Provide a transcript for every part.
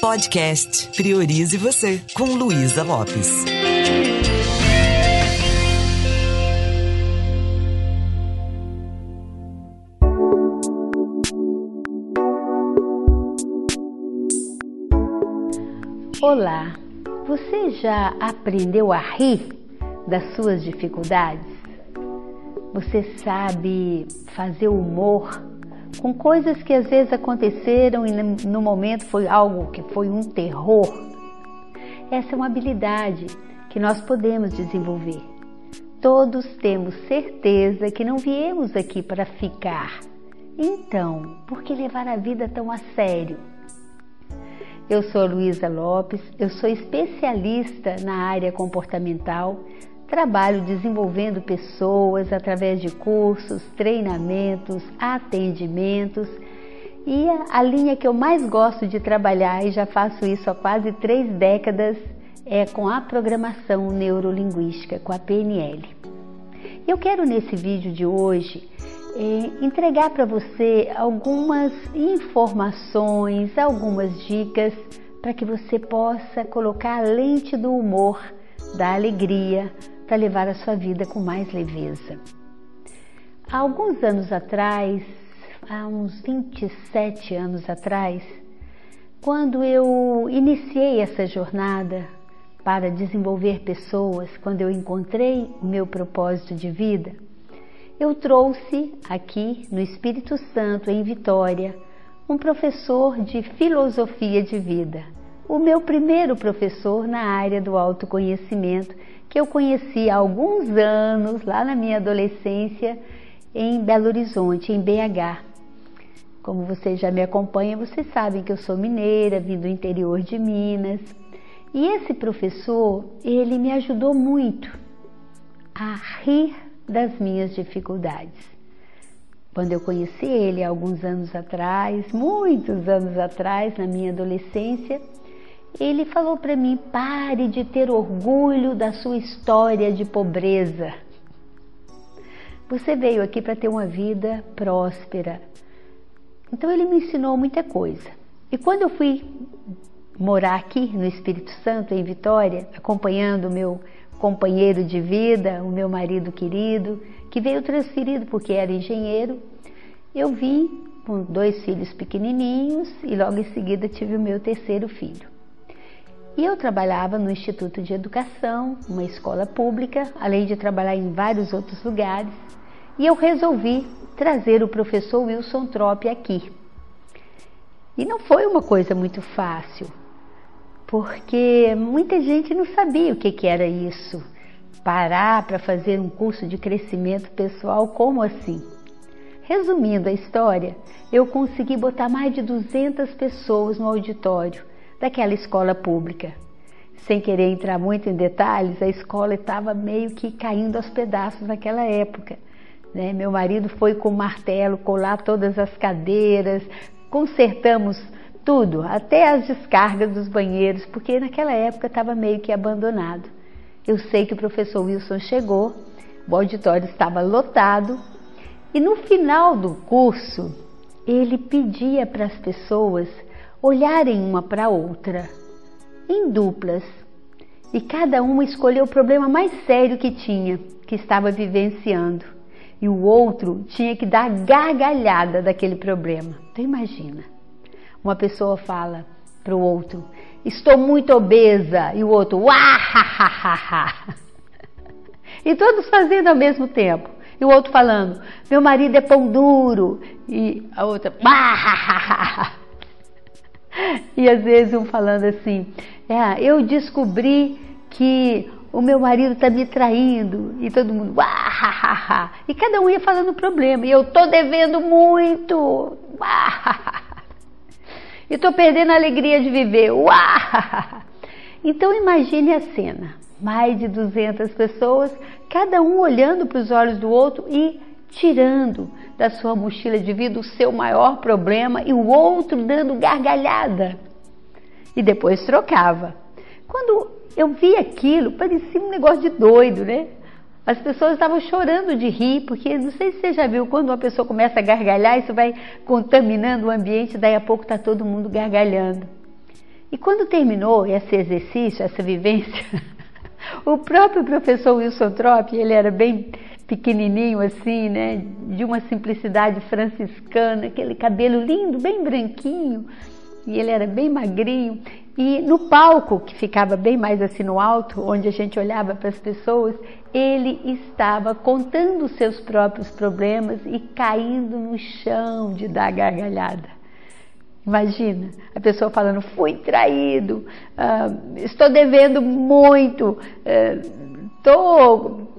Podcast Priorize Você, com Luísa Lopes. Olá, você já aprendeu a rir das suas dificuldades? Você sabe fazer humor com coisas que às vezes aconteceram e no momento foi algo que foi um terror? Essa é uma habilidade que nós podemos desenvolver. Todos temos certeza que não viemos aqui para ficar. Então, por que levar a vida tão a sério? Eu sou a Luísa Lopes, eu sou especialista na área comportamental, trabalho desenvolvendo pessoas através de cursos, treinamentos, atendimentos e a linha que eu mais gosto de trabalhar, e já faço isso há quase 3 décadas, é com a programação neurolinguística, com a PNL. Eu quero nesse vídeo de hoje entregar para você algumas informações, algumas dicas para que você possa colocar a lente do humor, da alegria, para levar a sua vida com mais leveza. Há alguns anos atrás, há uns 27 anos atrás, quando eu iniciei essa jornada para desenvolver pessoas, quando eu encontrei o meu propósito de vida, eu trouxe aqui no Espírito Santo, em Vitória, um professor de filosofia de vida, o meu primeiro professor na área do autoconhecimento, que eu conheci há alguns anos, lá na minha adolescência, em Belo Horizonte, em BH. Como vocês já me acompanham, vocês sabem que eu sou mineira, vim do interior de Minas. E esse professor, ele me ajudou muito a rir das minhas dificuldades. Quando eu conheci ele há alguns anos atrás, muitos anos atrás, na minha adolescência, ele falou para mim: pare de ter orgulho da sua história de pobreza. Você veio aqui para ter uma vida próspera. Então ele me ensinou muita coisa. E quando eu fui morar aqui no Espírito Santo, em Vitória, acompanhando o meu companheiro de vida, o meu marido querido, que veio transferido porque era engenheiro, eu vim com 2 filhos pequenininhos e logo em seguida tive o meu 3º filho. E eu trabalhava no Instituto de Educação, uma escola pública, além de trabalhar em vários outros lugares, e eu resolvi trazer o professor Wilson Trop aqui. E não foi uma coisa muito fácil, porque muita gente não sabia o que era isso. Parar para fazer um curso de crescimento pessoal, como assim? Resumindo a história, eu consegui botar mais de 200 pessoas no auditório daquela escola pública. Sem querer entrar muito em detalhes, a escola estava meio que caindo aos pedaços naquela época, né? Meu marido foi com o martelo colar todas as cadeiras, consertamos tudo, até as descargas dos banheiros, porque naquela época estava meio que abandonado. Eu sei que o professor Wilson chegou, o auditório estava lotado, e no final do curso, ele pedia para as pessoas olharem uma para a outra, em duplas, e cada uma escolheu o problema mais sério que tinha, que estava vivenciando, e o outro tinha que dar gargalhada daquele problema. Então imagina, uma pessoa fala para o outro: estou muito obesa, e o outro: uahahaha. E todos fazendo ao mesmo tempo, e o outro falando: meu marido é pão duro, e a outra: uahahaha. E às vezes um falando assim: eu descobri que o meu marido está me traindo, e todo mundo: uahahaha. E cada um ia falando o problema: e eu estou devendo muito, uahahaha. E estou perdendo a alegria de viver, uahahaha. Então imagine a cena: mais de 200 pessoas, cada um olhando para os olhos do outro e tirando da sua mochila de vida o seu maior problema, e o outro dando gargalhada. E depois trocava. Quando eu vi aquilo, parecia um negócio de doido, né? As pessoas estavam chorando de rir, porque não sei se você já viu, quando uma pessoa começa a gargalhar, isso vai contaminando o ambiente, daí a pouco está todo mundo gargalhando. E quando terminou esse exercício, essa vivência, o próprio professor Wilson Trop, ele era bem pequenininho assim, né, de uma simplicidade franciscana, aquele cabelo lindo, bem branquinho, e ele era bem magrinho, e no palco, que ficava bem mais assim no alto, onde a gente olhava para as pessoas, ele estava contando os seus próprios problemas e caindo no chão de dar gargalhada. Imagina, a pessoa falando, fui traído, estou devendo muito, estou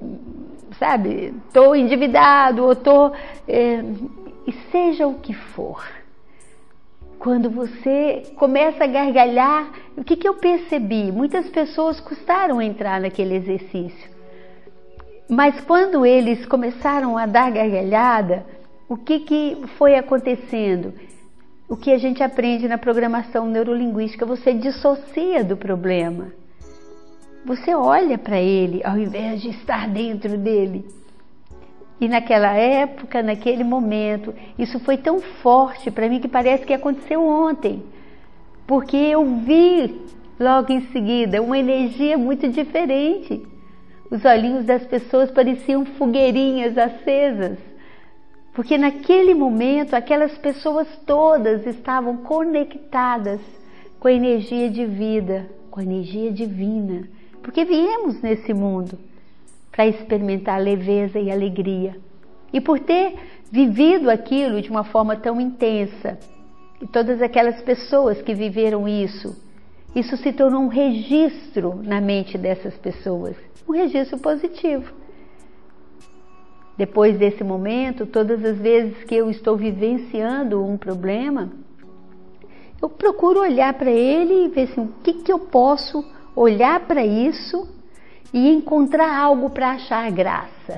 endividado, e seja o que for. Quando você começa a gargalhar, o que eu percebi? Muitas pessoas custaram entrar naquele exercício. Mas quando eles começaram a dar gargalhada, o que foi acontecendo? O que a gente aprende na programação neurolinguística, você dissocia do problema. Você olha para ele ao invés de estar dentro dele. E naquela época, naquele momento, isso foi tão forte para mim que parece que aconteceu ontem. Porque eu vi logo em seguida uma energia muito diferente. Os olhinhos das pessoas pareciam fogueirinhas acesas. Porque naquele momento, aquelas pessoas todas estavam conectadas com a energia de vida, com a energia divina. Porque viemos nesse mundo para experimentar leveza e alegria. E por ter vivido aquilo de uma forma tão intensa, e todas aquelas pessoas que viveram isso se tornou um registro na mente dessas pessoas, um registro positivo. Depois desse momento, todas as vezes que eu estou vivenciando um problema, eu procuro olhar para ele e ver assim, o que eu posso olhar para isso e encontrar algo para achar graça.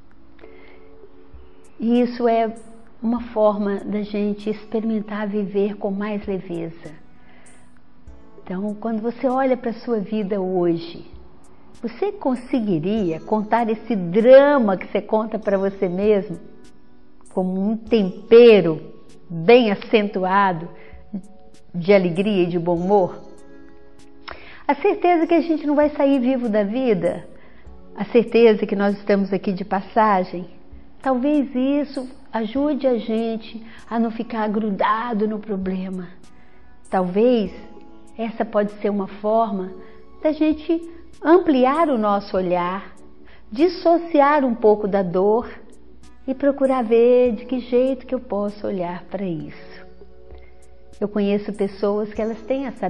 E isso é uma forma da gente experimentar viver com mais leveza. Então, quando você olha para a sua vida hoje, você conseguiria contar esse drama que você conta para você mesmo como um tempero bem acentuado de alegria e de bom humor? A certeza que a gente não vai sair vivo da vida, a certeza que nós estamos aqui de passagem, talvez isso ajude a gente a não ficar grudado no problema. Talvez essa pode ser uma forma da gente ampliar o nosso olhar, dissociar um pouco da dor e procurar ver de que jeito que eu posso olhar para isso. Eu conheço pessoas que elas têm essas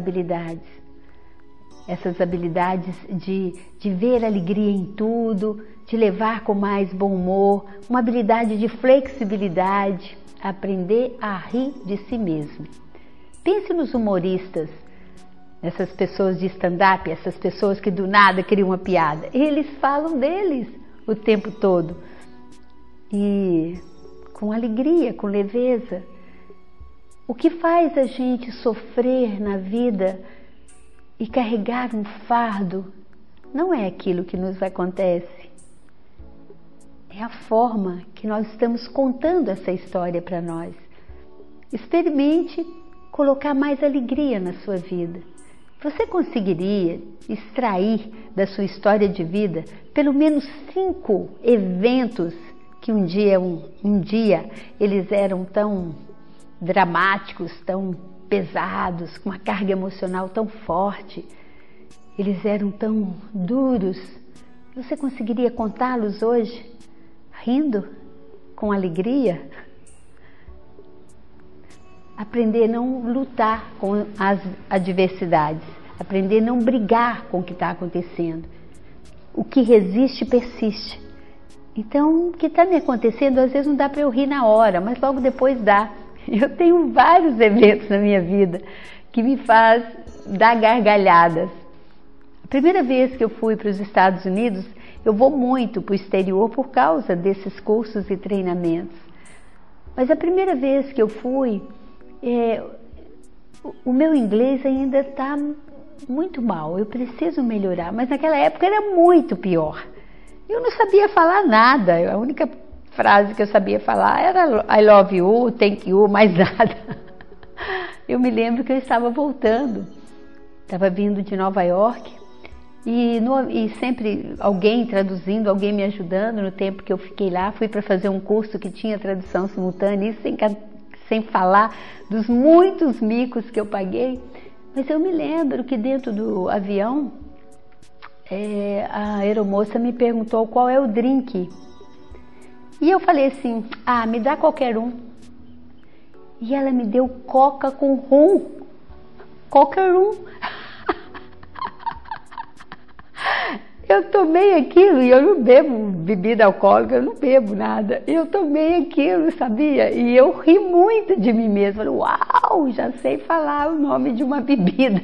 habilidades de ver alegria em tudo, de levar com mais bom humor, uma habilidade de flexibilidade, aprender a rir de si mesmo. Pense nos humoristas, essas pessoas de stand-up, essas pessoas que do nada criam uma piada. Eles falam deles o tempo todo. E com alegria, com leveza. O que faz a gente sofrer na vida e carregar um fardo não é aquilo que nos acontece. É a forma que nós estamos contando essa história para nós. Experimente colocar mais alegria na sua vida. Você conseguiria extrair da sua história de vida pelo menos 5 eventos que um dia eles eram tão dramáticos, tão pesados, com uma carga emocional tão forte, eles eram tão duros? Você conseguiria contá-los hoje, rindo, com alegria? Aprender a não lutar com as adversidades, aprender a não brigar com o que está acontecendo. O que resiste, persiste. Então, o que está me acontecendo, às vezes não dá para eu rir na hora, mas logo depois dá. Eu tenho vários eventos na minha vida que me faz dar gargalhadas. A primeira vez que eu fui para os Estados Unidos, eu vou muito para o exterior por causa desses cursos e treinamentos. Mas a primeira vez que eu fui, o meu inglês ainda está muito mal, eu preciso melhorar, mas naquela época era muito pior. Eu não sabia falar nada, a única frase que eu sabia falar era I love you, thank you, mais nada. Eu me lembro que eu estava voltando Estava vindo de Nova York e sempre alguém traduzindo, alguém me ajudando no tempo que eu fiquei lá. Fui para fazer um curso que tinha tradução simultânea, isso sem falar dos muitos micos que eu paguei. Mas eu me lembro que dentro do avião, a aeromoça me perguntou qual é o drink. E eu falei assim, me dá qualquer um. E ela me deu coca com rum. Qualquer um. Eu tomei aquilo e eu não bebo bebida alcoólica, eu não bebo nada. Eu tomei aquilo, sabia? E eu ri muito de mim mesma. Falei, uau, já sei falar o nome de uma bebida.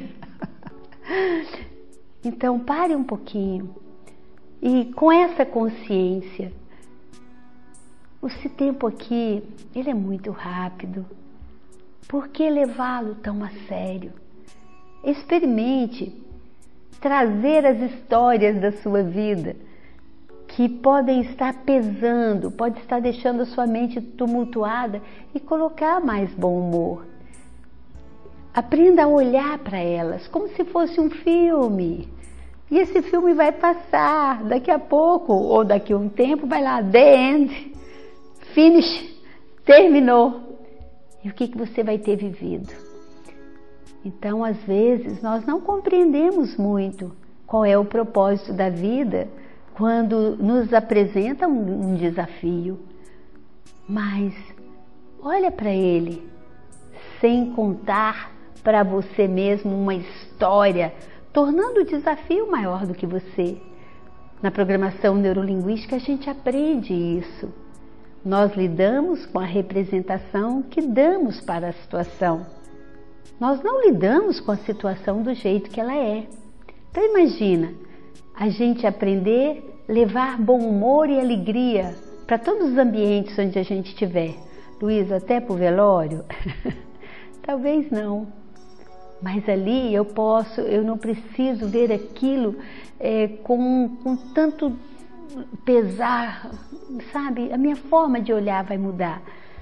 Então, pare um pouquinho. E com essa consciência, esse tempo aqui, ele é muito rápido. Por que levá-lo tão a sério? Experimente trazer as histórias da sua vida que podem estar pesando, pode estar deixando a sua mente tumultuada e colocar mais bom humor. Aprenda a olhar para elas como se fosse um filme. E esse filme vai passar daqui a pouco ou daqui a um tempo, vai lá, the end, finish, terminou. E o que você vai ter vivido? Então, às vezes, nós não compreendemos muito qual é o propósito da vida quando nos apresenta um desafio. Mas olha para ele, sem contar para você mesmo uma história, tornando o desafio maior do que você. Na programação neurolinguística, a gente aprende isso. Nós lidamos com a representação que damos para a situação. Nós não lidamos com a situação do jeito que ela é. Então imagina, a gente aprender a levar bom humor e alegria para todos os ambientes onde a gente estiver. Luiz, até para o velório? Talvez não. Mas ali eu não preciso ver aquilo com tanto pesar, sabe? A minha forma de olhar vai mudar.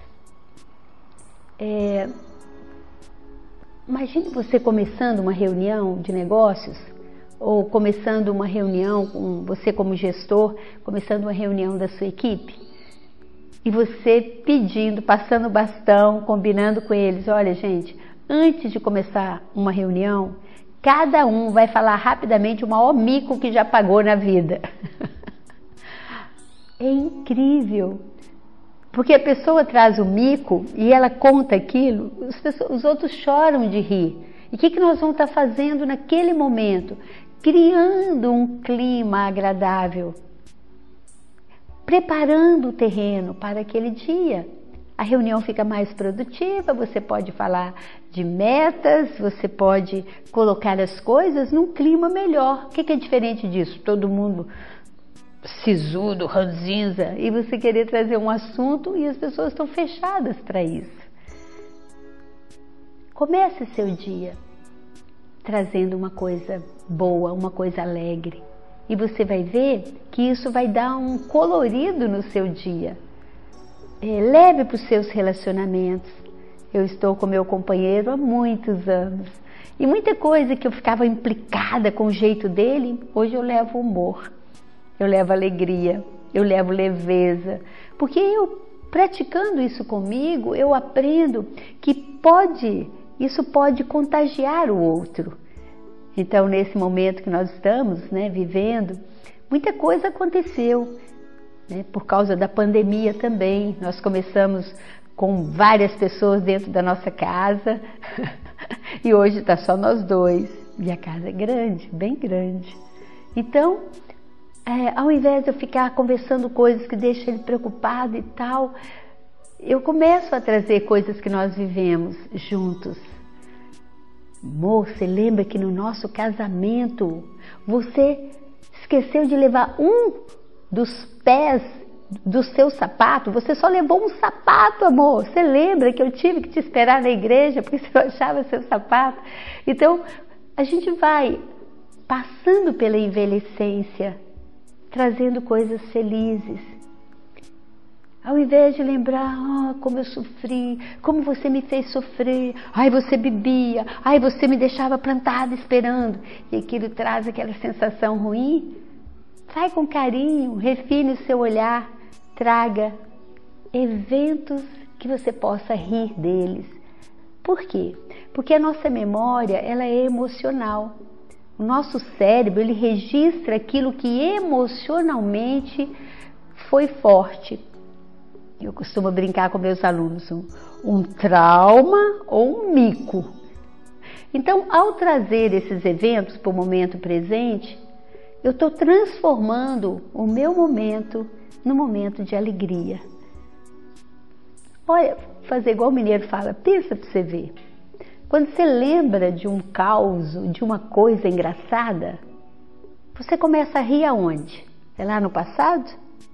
Imagine você começando uma reunião de negócios, ou começando uma reunião com você como gestor, começando uma reunião da sua equipe, e você pedindo, passando o bastão, combinando com eles, olha gente, antes de começar uma reunião, cada um vai falar rapidamente o maior mico que já pagou na vida. É incrível. Porque a pessoa traz o mico e ela conta aquilo, os outros choram de rir. E o que nós vamos estar fazendo naquele momento? Criando um clima agradável, preparando o terreno para aquele dia. A reunião fica mais produtiva, você pode falar de metas, você pode colocar as coisas num clima melhor. O que é diferente disso? Todo mundo sisudo, ranzinza, e você querer trazer um assunto e as pessoas estão fechadas para isso. Comece seu dia trazendo uma coisa boa, uma coisa alegre, e você vai ver que isso vai dar um colorido no seu dia. Leve para os seus relacionamentos. Eu estou com meu companheiro há muitos anos, e muita coisa que eu ficava implicada com o jeito dele, hoje eu levo humor. Eu levo alegria, eu levo leveza, porque eu, praticando isso comigo, eu aprendo que isso pode contagiar o outro. Então, nesse momento que nós estamos, vivendo, muita coisa aconteceu, por causa da pandemia também. Nós começamos com várias pessoas dentro da nossa casa e hoje está só nós dois, e a casa é grande, bem grande. Então, ao invés de eu ficar conversando coisas que deixam ele preocupado e tal, eu começo a trazer coisas que nós vivemos juntos. Amor, você lembra que no nosso casamento você esqueceu de levar um dos pés do seu sapato? Você só levou um sapato, amor. Você lembra que eu tive que te esperar na igreja porque você não achava seu sapato? Então, a gente vai passando pela envelhecência, trazendo coisas felizes. Ao invés de lembrar, como eu sofri, como você me fez sofrer, ai, você bebia, ai, você me deixava plantada esperando, e aquilo traz aquela sensação ruim, vai com carinho, refine o seu olhar, traga eventos que você possa rir deles. Por quê? Porque a nossa memória, ela é emocional. O nosso cérebro, ele registra aquilo que emocionalmente foi forte. Eu costumo brincar com meus alunos, um trauma ou um mico. Então, ao trazer esses eventos para o momento presente, eu estou transformando o meu momento no momento de alegria. Olha, fazer igual o mineiro fala, pensa para você ver. Quando você lembra de um caos, de uma coisa engraçada, você começa a rir aonde? É lá no passado?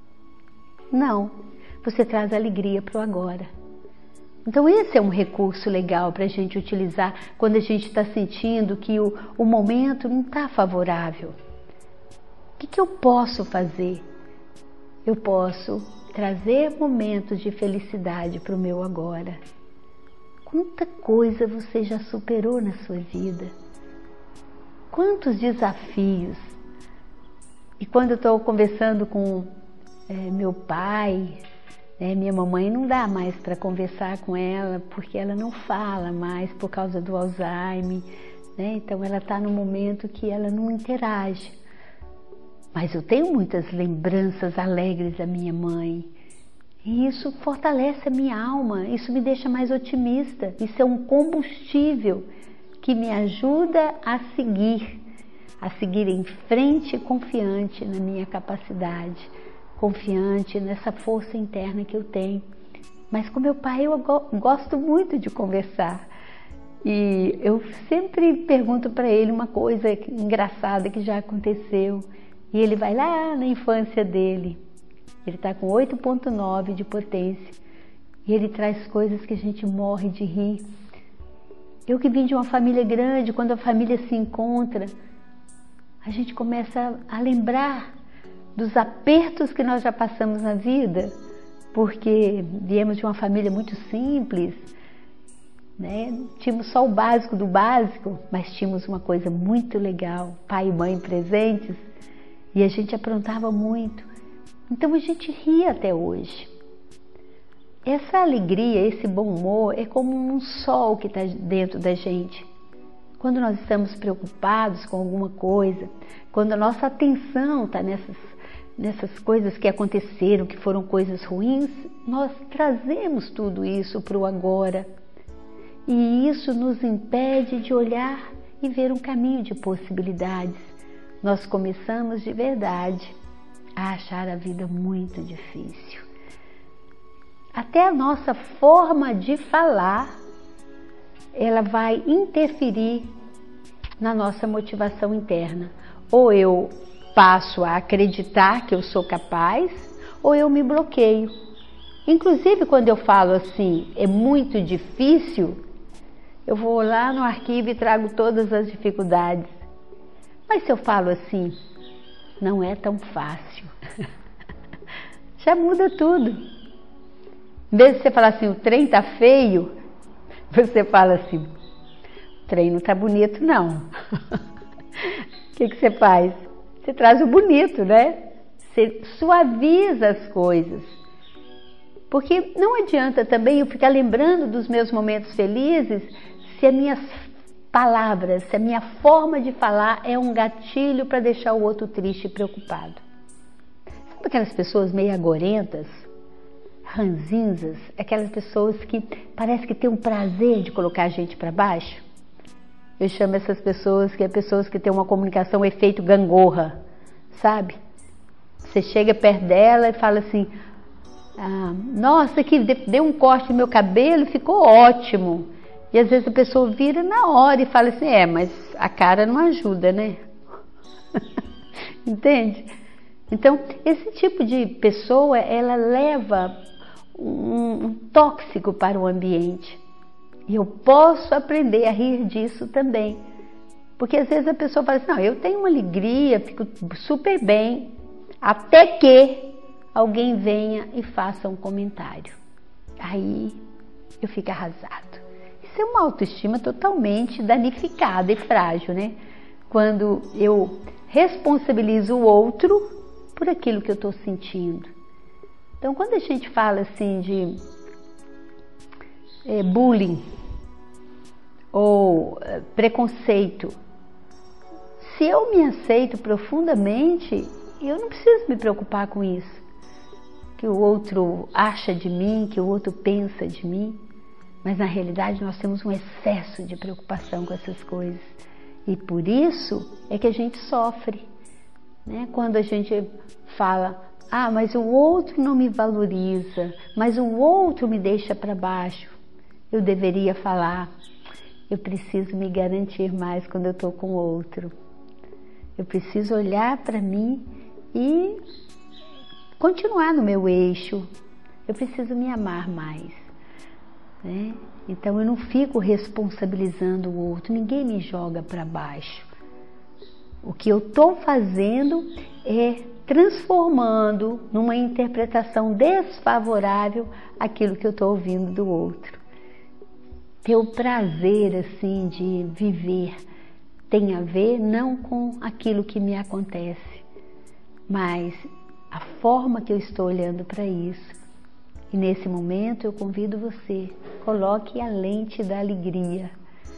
Não. Você traz alegria para o agora. Então esse é um recurso legal para a gente utilizar quando a gente está sentindo que o momento não está favorável. O que eu posso fazer? Eu posso trazer momentos de felicidade para o meu agora. Quanta coisa você já superou na sua vida? Quantos desafios? E quando eu estou conversando com meu pai, minha mamãe, não dá mais para conversar com ela porque ela não fala mais por causa do Alzheimer, então ela está num momento que ela não interage. Mas eu tenho muitas lembranças alegres da minha mãe e isso fortalece a minha alma, isso me deixa mais otimista, isso é um combustível que me ajuda a seguir em frente confiante na minha capacidade, confiante nessa força interna que eu tenho. Mas com meu pai eu gosto muito de conversar e eu sempre pergunto para ele uma coisa engraçada que já aconteceu e ele vai lá na infância dele, ele está com 8,9 de potência e ele traz coisas que a gente morre de rir. Eu que vim de uma família grande, quando a família se encontra, a gente começa a lembrar dos apertos que nós já passamos na vida, porque viemos de uma família muito simples, tínhamos só o básico do básico, mas tínhamos uma coisa muito legal, pai e mãe presentes, e a gente aprontava muito, então a gente ri até hoje. Essa alegria, esse bom humor é como um sol que está dentro da gente. Quando nós estamos preocupados com alguma coisa, quando a nossa atenção está nessas coisas que aconteceram, que foram coisas ruins, nós trazemos tudo isso para o agora. E isso nos impede de olhar e ver um caminho de possibilidades. Nós começamos de verdade a achar a vida muito difícil. Até a nossa forma de falar, ela vai interferir na nossa motivação interna. Ou eu passo a acreditar que eu sou capaz, ou eu me bloqueio. Inclusive, quando eu falo assim, é muito difícil, eu vou lá no arquivo e trago todas as dificuldades. Mas se eu falo assim, não é tão fácil, já muda tudo. Em vez de você falar assim, o trem tá feio, você fala assim, o trem não tá bonito não. O que você faz? Você traz o bonito, Você suaviza as coisas. Porque não adianta também eu ficar lembrando dos meus momentos felizes se as minhas palavras, se a minha forma de falar é um gatilho para deixar o outro triste e preocupado. Sabe aquelas pessoas meio agorentas, ranzinzas, aquelas pessoas que parece que têm um prazer de colocar a gente para baixo? Eu chamo essas pessoas que têm uma comunicação efeito gangorra, sabe? Você chega perto dela e fala assim, nossa, que deu um corte no meu cabelo, ficou ótimo. E às vezes a pessoa vira na hora e fala assim, mas a cara não ajuda, Entende? Então, esse tipo de pessoa, ela leva um tóxico para o ambiente. E eu posso aprender a rir disso também. Porque às vezes a pessoa fala assim, não, eu tenho uma alegria, fico super bem, até que alguém venha e faça um comentário. Aí eu fico arrasado. Isso é uma autoestima totalmente danificada e frágil, né? Quando eu responsabilizo o outro por aquilo que eu estou sentindo. Então, quando a gente fala assim de bullying ou preconceito, se eu me aceito profundamente, eu não preciso me preocupar com isso. Que o outro acha de mim, que o outro pensa de mim. Mas na realidade nós temos um excesso de preocupação com essas coisas. E por isso é que a gente sofre, né? Quando a gente fala, mas o outro não me valoriza, mas o outro me deixa para baixo. Eu deveria falar, eu preciso me garantir mais quando eu estou com o outro. Eu preciso olhar para mim e continuar no meu eixo. Eu preciso me amar mais, né? Então eu não fico responsabilizando o outro, ninguém me joga para baixo. O que eu estou fazendo é transformando numa interpretação desfavorável aquilo que eu estou ouvindo do outro. Ter o prazer assim de viver tem a ver não com aquilo que me acontece, mas a forma que eu estou olhando para isso. E nesse momento eu convido você, coloque a lente da alegria.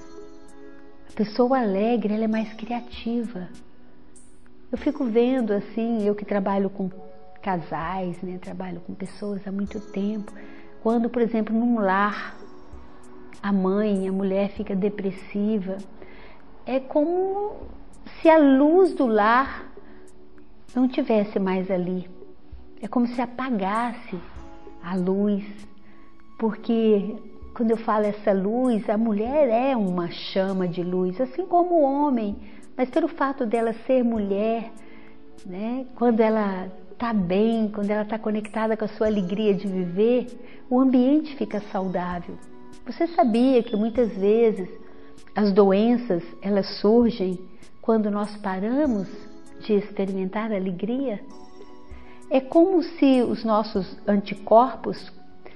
A pessoa alegre, ela é mais criativa. Eu fico vendo assim, eu que trabalho com casais, né, trabalho com pessoas há muito tempo, quando, por exemplo, num lar, a mulher fica depressiva, é como se a luz do lar não tivesse mais ali. É como se apagasse a luz, porque quando eu falo essa luz, a mulher é uma chama de luz, assim como o homem, mas pelo fato dela ser mulher, né, quando ela está bem, quando ela está conectada com a sua alegria de viver, o ambiente fica saudável. Você sabia que muitas vezes as doenças, elas surgem quando nós paramos de experimentar alegria? É como se os nossos anticorpos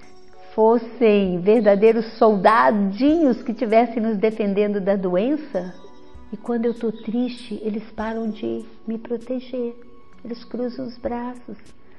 fossem verdadeiros soldadinhos que estivessem nos defendendo da doença. E quando eu estou triste, eles param de me proteger. Eles cruzam os braços.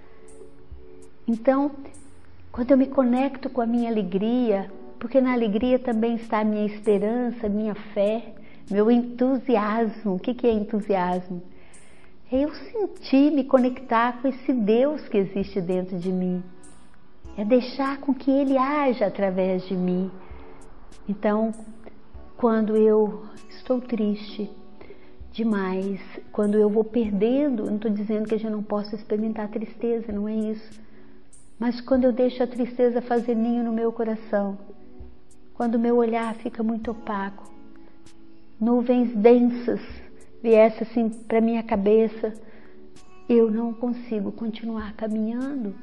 Então, quando eu me conecto com a minha alegria, porque na alegria também está a minha esperança, minha fé, meu entusiasmo. O que é entusiasmo? É eu sentir, me conectar com esse Deus que existe dentro de mim. É deixar com que Ele haja através de mim. Então, quando eu estou triste demais, quando eu vou perdendo, não estou dizendo que a gente não possa experimentar tristeza, não é isso. Mas quando eu deixo a tristeza fazer ninho no meu coração, quando o meu olhar fica muito opaco, nuvens densas viesse assim para minha cabeça, eu não consigo continuar caminhando.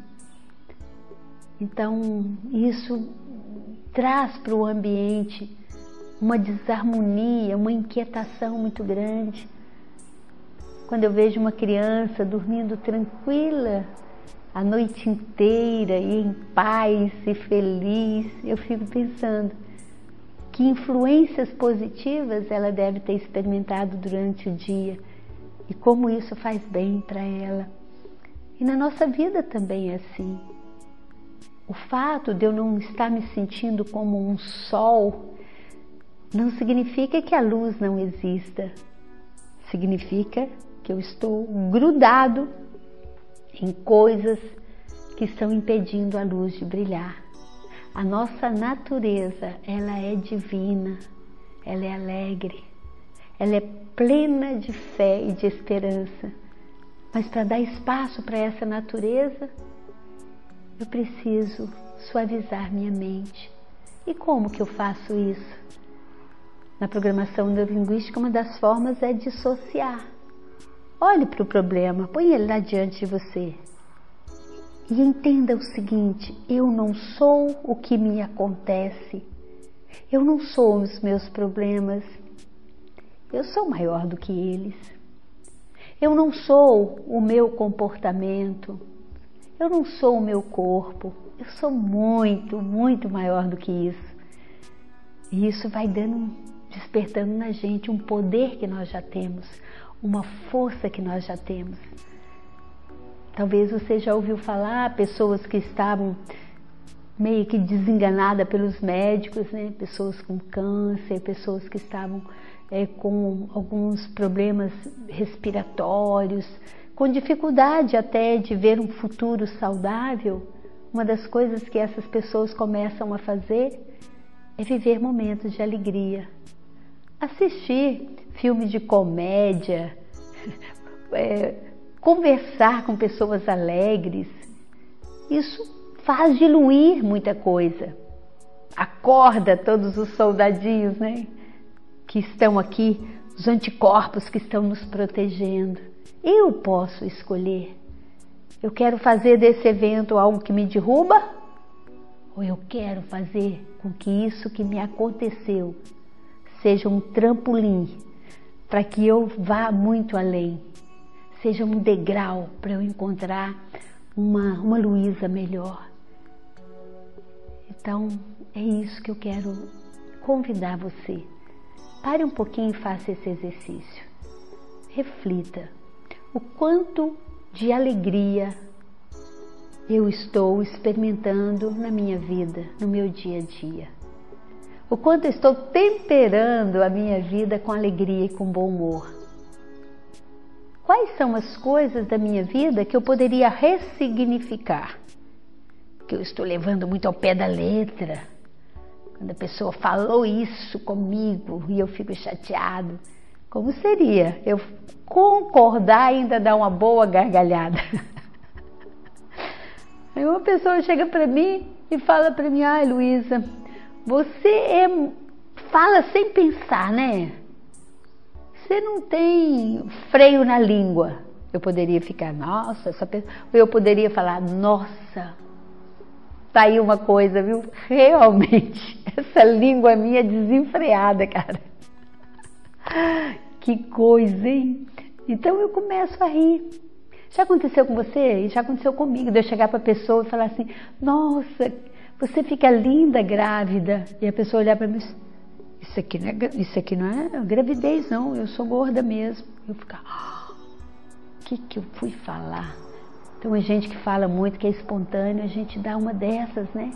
Então, isso traz para o ambiente uma desarmonia, uma inquietação muito grande. Quando eu vejo uma criança dormindo tranquila a noite inteira e em paz e feliz, eu fico pensando que influências positivas ela deve ter experimentado durante o dia e como isso faz bem para ela. E na nossa vida também é assim. O fato de eu não estar me sentindo como um sol não significa que a luz não exista. Significa que eu estou grudado em coisas que estão impedindo a luz de brilhar. A nossa natureza, ela é divina, ela é alegre, ela é plena de fé e de esperança. Mas para dar espaço para essa natureza, eu preciso suavizar minha mente. E como que eu faço isso? Na programação neurolinguística, uma das formas é dissociar. Olhe para o problema, põe ele lá diante de você. E entenda o seguinte, eu não sou o que me acontece. Eu não sou os meus problemas. Eu sou maior do que eles. Eu não sou o meu comportamento. Eu não sou o meu corpo, eu sou muito, muito maior do que isso. E isso vai despertando na gente um poder que nós já temos, uma força que nós já temos. Talvez você já ouviu falar pessoas que estavam meio que desenganadas pelos médicos, né? Pessoas com câncer, pessoas que estavam com alguns problemas respiratórios, com dificuldade até de ver um futuro saudável. Uma das coisas que essas pessoas começam a fazer é viver momentos de alegria, assistir filmes de comédia, conversar com pessoas alegres. Isso faz diluir muita coisa, acorda todos os soldadinhos, né, que estão aqui, os anticorpos que estão nos protegendo. Eu posso escolher. Eu quero fazer desse evento algo que me derruba, ou eu quero fazer com que isso que me aconteceu seja um trampolim para que eu vá muito além, seja um degrau para eu encontrar uma Luísa melhor. Então, é isso que eu quero convidar você. Pare um pouquinho e faça esse exercício. Reflita o quanto de alegria eu estou experimentando na minha vida, no meu dia a dia. O quanto eu estou temperando a minha vida com alegria e com bom humor. Quais são as coisas da minha vida que eu poderia ressignificar? Que eu estou levando muito ao pé da letra. Quando a pessoa falou isso comigo e eu fico chateado. Como seria eu concordar e ainda dar uma boa gargalhada? Aí uma pessoa chega para mim e fala para mim: ai, Luísa, você fala sem pensar, né? Você não tem freio na língua. Eu poderia ficar, nossa, essa pessoa... Ou eu poderia falar, nossa, tá aí uma coisa, viu? Realmente, essa língua minha é desenfreada, cara. Que coisa, hein? Então eu começo a rir. Já aconteceu com você? E já aconteceu comigo, de eu chegar para a pessoa e falar assim: nossa, você fica linda grávida. E a pessoa olhar para mim: isso aqui não é gravidez, não, eu sou gorda mesmo. Eu ficar: o que eu fui falar? Então a gente que fala muito, que é espontâneo, a gente dá uma dessas, né?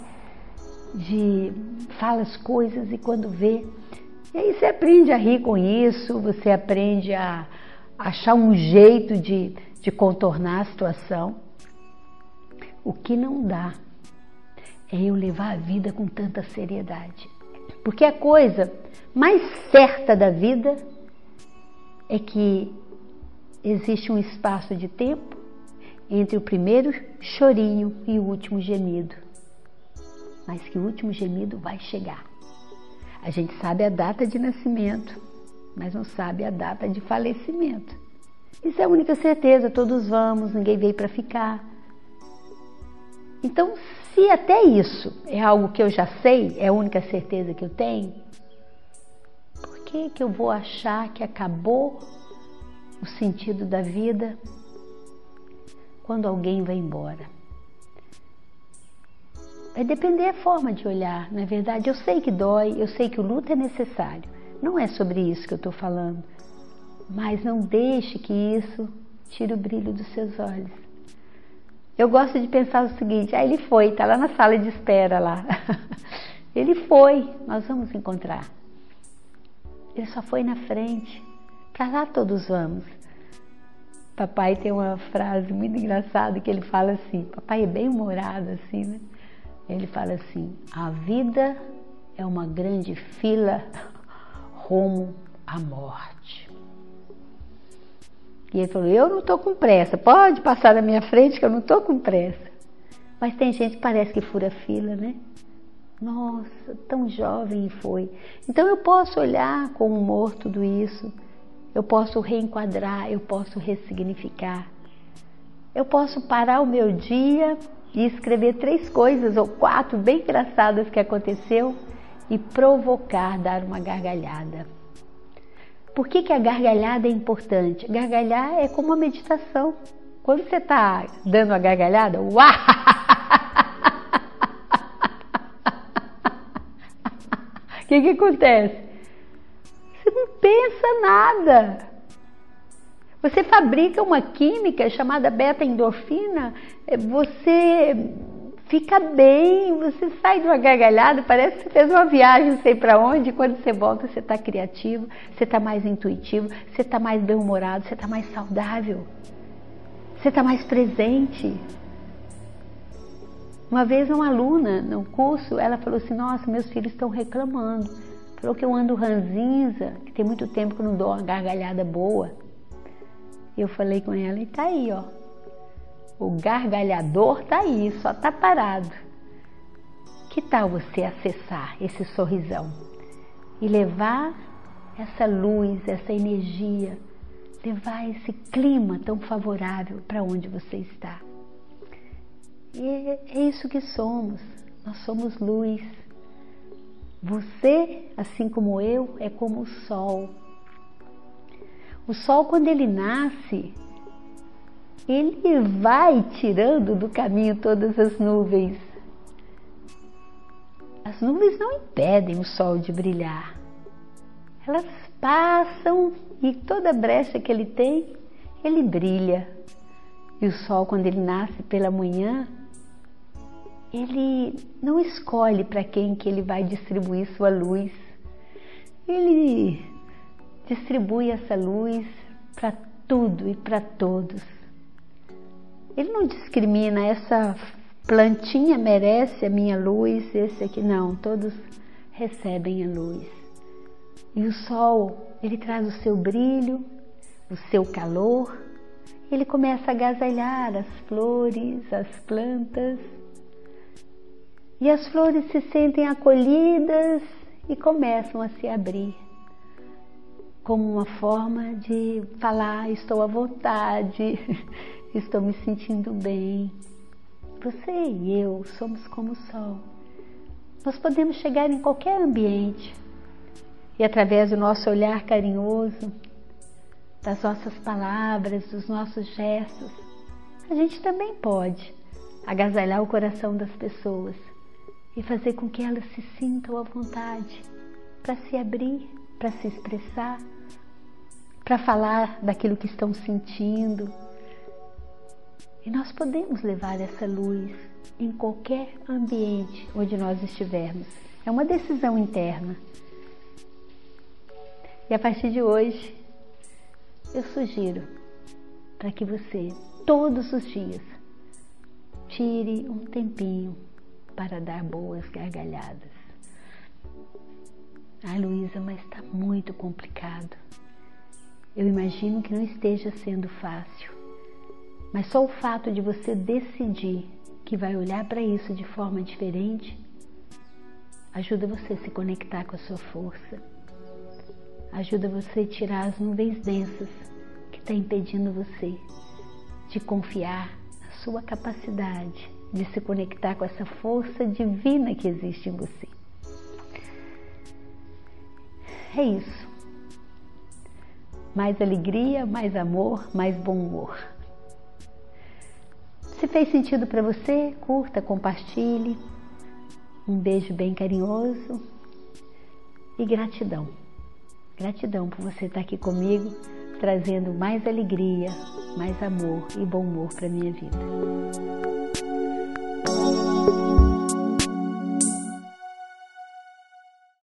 Fala as coisas e quando vê... E aí você aprende a rir com isso, você aprende a achar um jeito de contornar a situação. O que não dá é eu levar a vida com tanta seriedade. Porque a coisa mais certa da vida é que existe um espaço de tempo entre o primeiro chorinho e o último gemido. Mas que o último gemido vai chegar. A gente sabe a data de nascimento, mas não sabe a data de falecimento. Isso é a única certeza, todos vamos, ninguém veio para ficar. Então, se até isso é algo que eu já sei, é a única certeza que eu tenho, por que eu vou achar que acabou o sentido da vida quando alguém vai embora? Vai depender da forma de olhar, não é verdade? Eu sei que dói, eu sei que o luto é necessário. Não é sobre isso que eu estou falando. Mas não deixe que isso tire o brilho dos seus olhos. Eu gosto de pensar o seguinte: ele foi, está lá na sala de espera lá. Ele foi, nós vamos encontrar. Ele só foi na frente. Para lá todos vamos. Papai tem uma frase muito engraçada que ele fala assim, papai é bem humorado assim, né? Ele fala assim: a vida é uma grande fila rumo à morte. E ele falou: eu não estou com pressa, pode passar na minha frente que eu não estou com pressa. Mas tem gente que parece que fura fila, né? Nossa, tão jovem e foi. Então eu posso olhar com humor tudo isso, eu posso reenquadrar, eu posso ressignificar. Eu posso parar o meu dia e escrever 3 coisas ou 4 bem engraçadas que aconteceu e provocar, dar uma gargalhada. Por que a gargalhada é importante? Gargalhar é como uma meditação. Quando você está dando uma gargalhada, uau! O que acontece? Você não pensa nada. Você fabrica uma química chamada beta-endorfina, você fica bem, você sai de uma gargalhada, parece que você fez uma viagem, não sei para onde, e quando você volta você está criativo, você está mais intuitivo, você está mais bem-humorado, você está mais saudável, você está mais presente. Uma vez uma aluna no curso, ela falou assim, nossa, meus filhos estão reclamando, falou que eu ando ranzinza, que tem muito tempo que eu não dou uma gargalhada boa. E eu falei com ela, e tá aí, ó. O gargalhador tá aí, só tá parado. Que tal você acessar esse sorrisão e levar essa luz, essa energia, levar esse clima tão favorável para onde você está? E é isso que somos, nós somos luz. Você, assim como eu, é como o sol. O sol, quando ele nasce, ele vai tirando do caminho todas as nuvens. As nuvens não impedem o sol de brilhar. Elas passam e toda brecha que ele tem, ele brilha. E o sol, quando ele nasce pela manhã, ele não escolhe para quem que ele vai distribuir sua luz. Ele distribui essa luz para tudo e para todos. Ele não discrimina, essa plantinha merece a minha luz, esse aqui não, todos recebem a luz. E o sol, ele traz o seu brilho, o seu calor, ele começa a agasalhar as flores, as plantas, e as flores se sentem acolhidas e começam a se abrir, como uma forma de falar, estou à vontade, estou me sentindo bem. Você e eu somos como o sol. Nós podemos chegar em qualquer ambiente e através do nosso olhar carinhoso, das nossas palavras, dos nossos gestos, a gente também pode agasalhar o coração das pessoas e fazer com que elas se sintam à vontade para se abrir, para se expressar, para falar daquilo que estão sentindo. E nós podemos levar essa luz em qualquer ambiente onde nós estivermos. É uma decisão interna. E a partir de hoje, eu sugiro para que você, todos os dias, tire um tempinho para dar boas gargalhadas. Ah, Luísa, mas está muito complicado. Eu imagino que não esteja sendo fácil. Mas só o fato de você decidir que vai olhar para isso de forma diferente, ajuda você a se conectar com a sua força. Ajuda você a tirar as nuvens densas que estão impedindo você de confiar na sua capacidade de se conectar com essa força divina que existe em você. É isso. Mais alegria, mais amor, mais bom humor. Se fez sentido para você, curta, compartilhe. Um beijo bem carinhoso e gratidão. Gratidão por você estar aqui comigo, trazendo mais alegria, mais amor e bom humor para a minha vida.